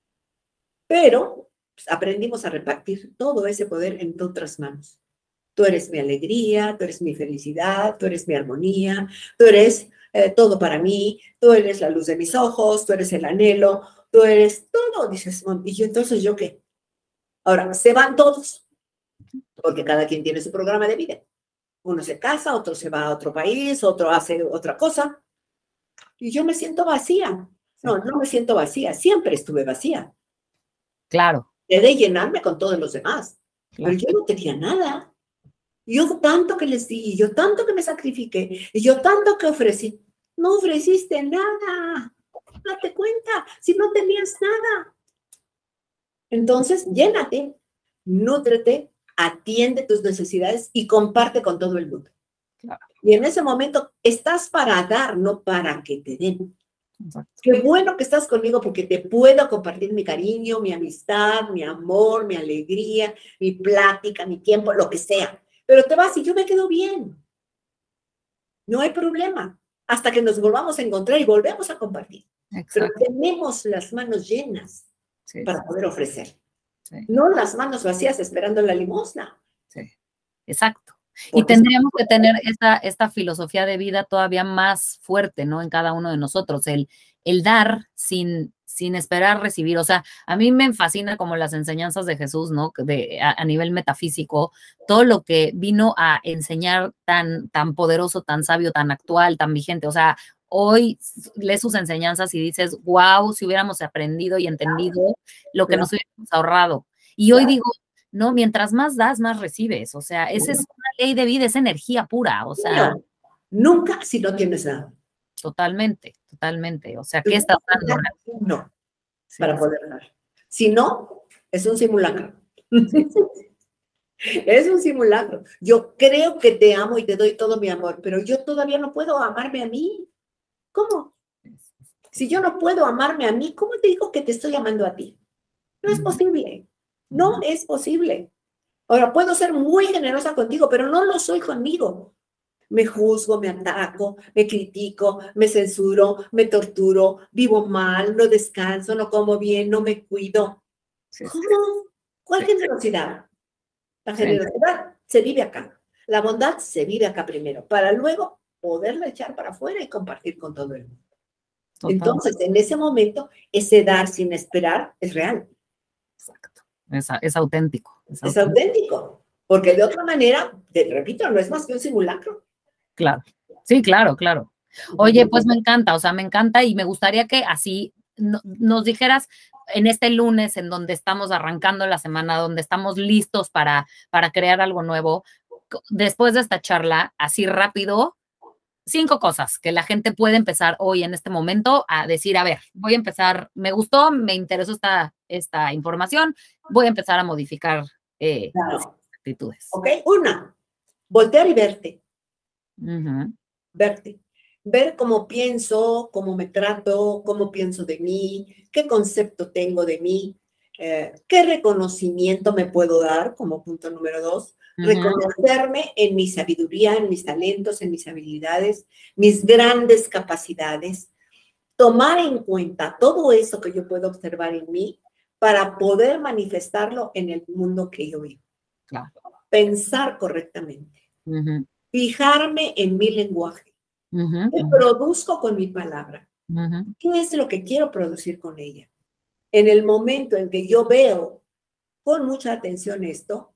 Pero pues, aprendimos a repartir todo ese poder en otras manos. Tú eres mi alegría, tú eres mi felicidad, tú eres mi armonía, tú eres eh, todo para mí, tú eres la luz de mis ojos, tú eres el anhelo, tú eres todo. Dices, "Mom, ¿y yo entonces yo qué?". Ahora, se van todos, porque cada quien tiene su programa de vida. Uno se casa, otro se va a otro país, otro hace otra cosa. Y yo me siento vacía. No, no me siento vacía, siempre estuve vacía. Claro. He de llenarme con todos los demás. Claro. Pero yo no tenía nada. Yo tanto que les di, yo tanto que me sacrifiqué, y yo tanto que ofrecí. No ofreciste nada. Date cuenta, si no tenías nada. Entonces, llénate, nútrete, atiende tus necesidades y comparte con todo el mundo. Claro. Y en ese momento estás para dar, no para que te den. Exacto. Qué bueno que estás conmigo porque te puedo compartir mi cariño, mi amistad, mi amor, mi alegría, mi plática, mi tiempo, lo que sea. Pero te vas y yo me quedo bien. No hay problema. Hasta que nos volvamos a encontrar y volvemos a compartir. Pero Exacto. tenemos las manos llenas Sí, para poder ofrecer. sí, No las manos vacías esperando la limosna. sí. Exacto. Y Porque tendríamos que tener esta, esta filosofía de vida todavía más fuerte, ¿no? En cada uno de nosotros, el, el dar sin, sin esperar recibir. O sea, a mí me fascina como las enseñanzas de Jesús, ¿no? De, a, a nivel metafísico, todo lo que vino a enseñar tan, tan poderoso, tan sabio, tan actual, tan vigente. O sea, hoy lees sus enseñanzas y dices, wow, si hubiéramos aprendido y entendido lo que nos hubiéramos ahorrado. Y hoy digo, no, mientras más das, más recibes. O sea, esa es una ley de vida, es energía pura. O sea, no, nunca si no tienes nada. totalmente, totalmente. O sea, ¿qué estás dando? No, Sí, para sí, poder dar. Si no, es un simulacro. sí, Es un simulacro. Yo creo que te amo y te doy todo mi amor, pero yo todavía no puedo amarme a mí. ¿Cómo? Si yo no puedo amarme a mí, ¿cómo te digo que te estoy amando a ti? No es posible. No es posible. Ahora, puedo ser muy generosa contigo, pero no lo soy conmigo. Me juzgo, me ataco, me critico, me censuro, me torturo, vivo mal, no descanso, no como bien, no me cuido. ¿Cómo? ¿Cuál generosidad? La generosidad se vive acá. La bondad se vive acá primero, para luego poderla echar para afuera y compartir con todo el mundo. Total. Entonces, en ese momento, ese dar sin esperar es real. Exacto. Es, es auténtico. Es, es auténtico. auténtico. Porque de otra manera, te repito, no es más que un simulacro. Claro. Sí, claro, claro. Oye, pues me encanta, o sea, me encanta y me gustaría que así no, nos dijeras en este lunes en donde estamos arrancando la semana, donde estamos listos para, para crear algo nuevo, después de esta charla, así rápido, cinco cosas que la gente puede empezar hoy en este momento a decir, a ver, voy a empezar, me gustó, me interesó esta, esta información, voy a empezar a modificar eh, claro. actitudes. Ok, una, voltear y verte. Uh-huh. Verte. Ver cómo pienso, cómo me trato, cómo pienso de mí, qué concepto tengo de mí, eh, qué reconocimiento me puedo dar, como punto número dos. Uh-huh. Reconocerme en mi sabiduría, en mis talentos, en mis habilidades, mis grandes capacidades. Tomar en cuenta todo eso que yo puedo observar en mí para poder manifestarlo en el mundo que yo vivo. Claro. Pensar correctamente. Uh-huh. Fijarme en mi lenguaje. Uh-huh. ¿Qué produzco con mi palabra? Uh-huh. ¿Qué es lo que quiero producir con ella? En el momento en que yo veo con mucha atención esto,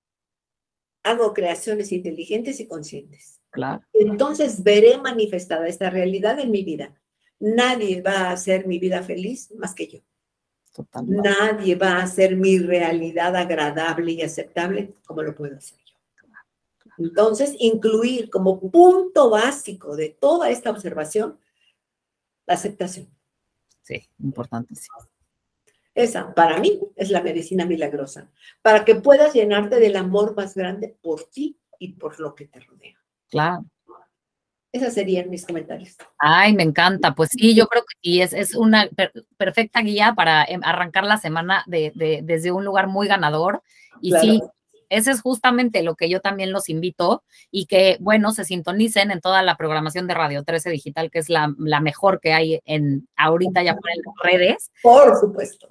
hago creaciones inteligentes y conscientes. Claro. Entonces veré manifestada esta realidad en mi vida. Nadie va a hacer mi vida feliz más que yo. Totalmente. Nadie va a hacer mi realidad agradable y aceptable como lo puedo hacer yo. Entonces, incluir como punto básico de toda esta observación la aceptación. Sí, importantísimo. Esa, para mí, es la medicina milagrosa, para que puedas llenarte del amor más grande por ti y por lo que te rodea. Claro. Esos serían mis comentarios. Ay, me encanta. Pues sí, yo creo que sí, es, es una per perfecta guía para arrancar la semana de, de, desde un lugar muy ganador. Y claro. Sí, ese es justamente lo que yo también los invito y que, bueno, se sintonicen en toda la programación de Radio trece Digital, que es la, la mejor que hay en ahorita ya por en las redes. Por supuesto.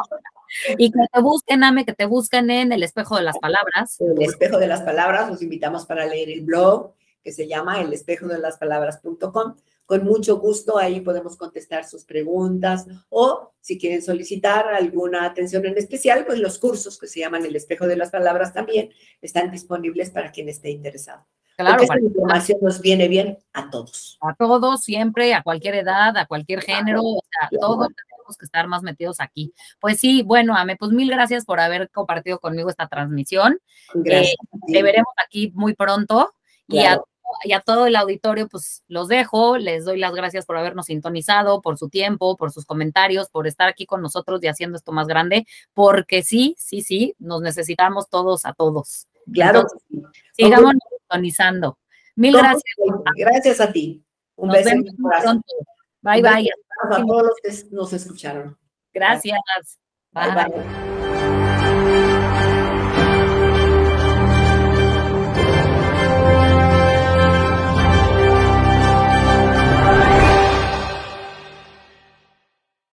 Y que te busquen, Ame, que te busquen en El Espejo de las Palabras. El Espejo de las Palabras, los invitamos para leer el blog que se llama el espejo de las palabras punto com. Con mucho gusto ahí podemos contestar sus preguntas o si quieren solicitar alguna atención en especial, pues los cursos que se llaman El Espejo de las Palabras también están disponibles para quien esté interesado. Claro, porque esta información nos viene bien a todos. A todos, siempre, a cualquier edad, a cualquier género, o sea, claro. Todos tenemos que estar más metidos aquí. Pues sí, bueno, Ame, pues mil gracias por haber compartido conmigo esta transmisión. Gracias. Eh, te veremos aquí muy pronto. Claro. Y, a, y a todo el auditorio, pues los dejo, les doy las gracias por habernos sintonizado, por su tiempo, por sus comentarios, por estar aquí con nosotros y haciendo esto más grande, porque sí, sí, sí, nos necesitamos todos a todos. Claro. Entonces, sigamos sintonizando. Mil gracias. Gracias a ti. Un nos beso. Vemos muy pronto. Bye, bye. A todos los que nos escucharon. Gracias. Bye, bye. bye.